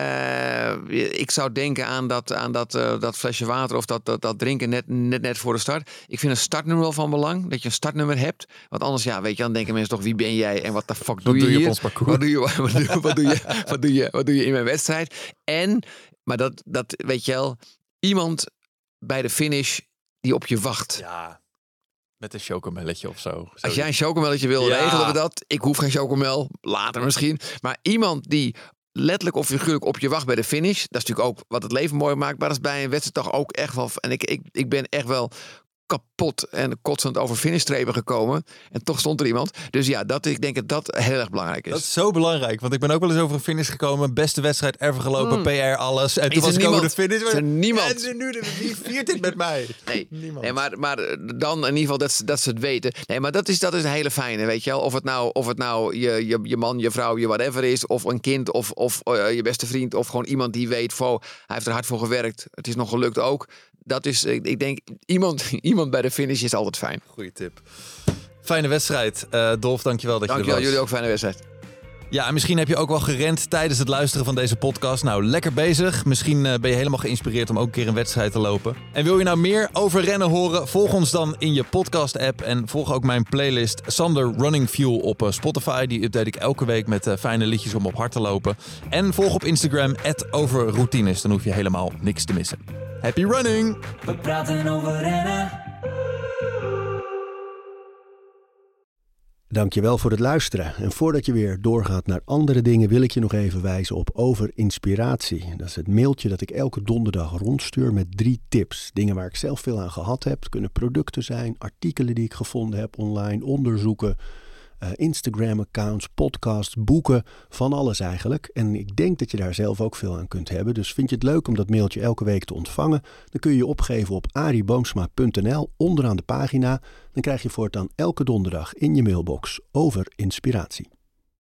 ik zou denken aan dat flesje water of dat drinken net voor de start. Ik vind een startnummer wel van belang. Dat je een startnummer hebt. Want anders, weet je, dan denken mensen toch, wie ben jij en wat de fuck doe je hier? Op ons parcours? Wat doe je in mijn wedstrijd? Maar dat weet je wel, iemand bij de finish die op je wacht. Ja, met een chocomelletje of zo. Als jij een chocomelletje wil, regelen we dat. Ik hoef geen chocomel, later misschien. Maar iemand die letterlijk of figuurlijk op je wacht bij de finish. Dat is natuurlijk ook wat het leven mooi maakt. Maar dat is bij een wedstrijd toch ook echt wel. En ik ben echt wel kapot en kotsend over finishstrepen gekomen. En toch stond er iemand. Dus ja, ik denk dat heel erg belangrijk is. Dat is zo belangrijk. Want ik ben ook wel eens over een finish gekomen. Beste wedstrijd ever gelopen. PR, alles. En toen was ik over de finish. Is er niemand. En nu, wie viert dit met mij? Nee, niemand. Nee, maar dan in ieder geval dat ze het weten. Nee, maar dat is een hele fijne, weet je wel. Of het nou je man, je vrouw, je whatever is. Of een kind, of je beste vriend. Of gewoon iemand die weet, hij heeft er hard voor gewerkt. Het is nog gelukt ook. Dat is, ik denk, iemand bij de finish is altijd fijn. Goeie tip. Fijne wedstrijd. Dolf, dankjewel dat je er was. Dankjewel, jullie ook fijne wedstrijd. Ja, en misschien heb je ook wel gerend tijdens het luisteren van deze podcast. Nou, lekker bezig. Misschien ben je helemaal geïnspireerd om ook een keer een wedstrijd te lopen. En wil je nou meer over rennen horen? Volg ons dan in je podcast-app. En volg ook mijn playlist Sander Running Fuel op Spotify. Die update ik elke week met fijne liedjes om op hard te lopen. En volg op Instagram @overroutines. Dan hoef je helemaal niks te missen. Happy running! We praten over rennen. Dankjewel voor het luisteren. En voordat je weer doorgaat naar andere dingen, wil ik je nog even wijzen op Over Inspiratie. Dat is het mailtje dat ik elke donderdag rondstuur met 3 tips. Dingen waar ik zelf veel aan gehad heb. Het kunnen producten zijn, artikelen die ik gevonden heb online, onderzoeken, Instagram-accounts, podcasts, boeken, van alles eigenlijk. En ik denk dat je daar zelf ook veel aan kunt hebben. Dus vind je het leuk om dat mailtje elke week te ontvangen? Dan kun je je opgeven op ariboomsma.nl onderaan de pagina. Dan krijg je voortaan elke donderdag in je mailbox Over Inspiratie.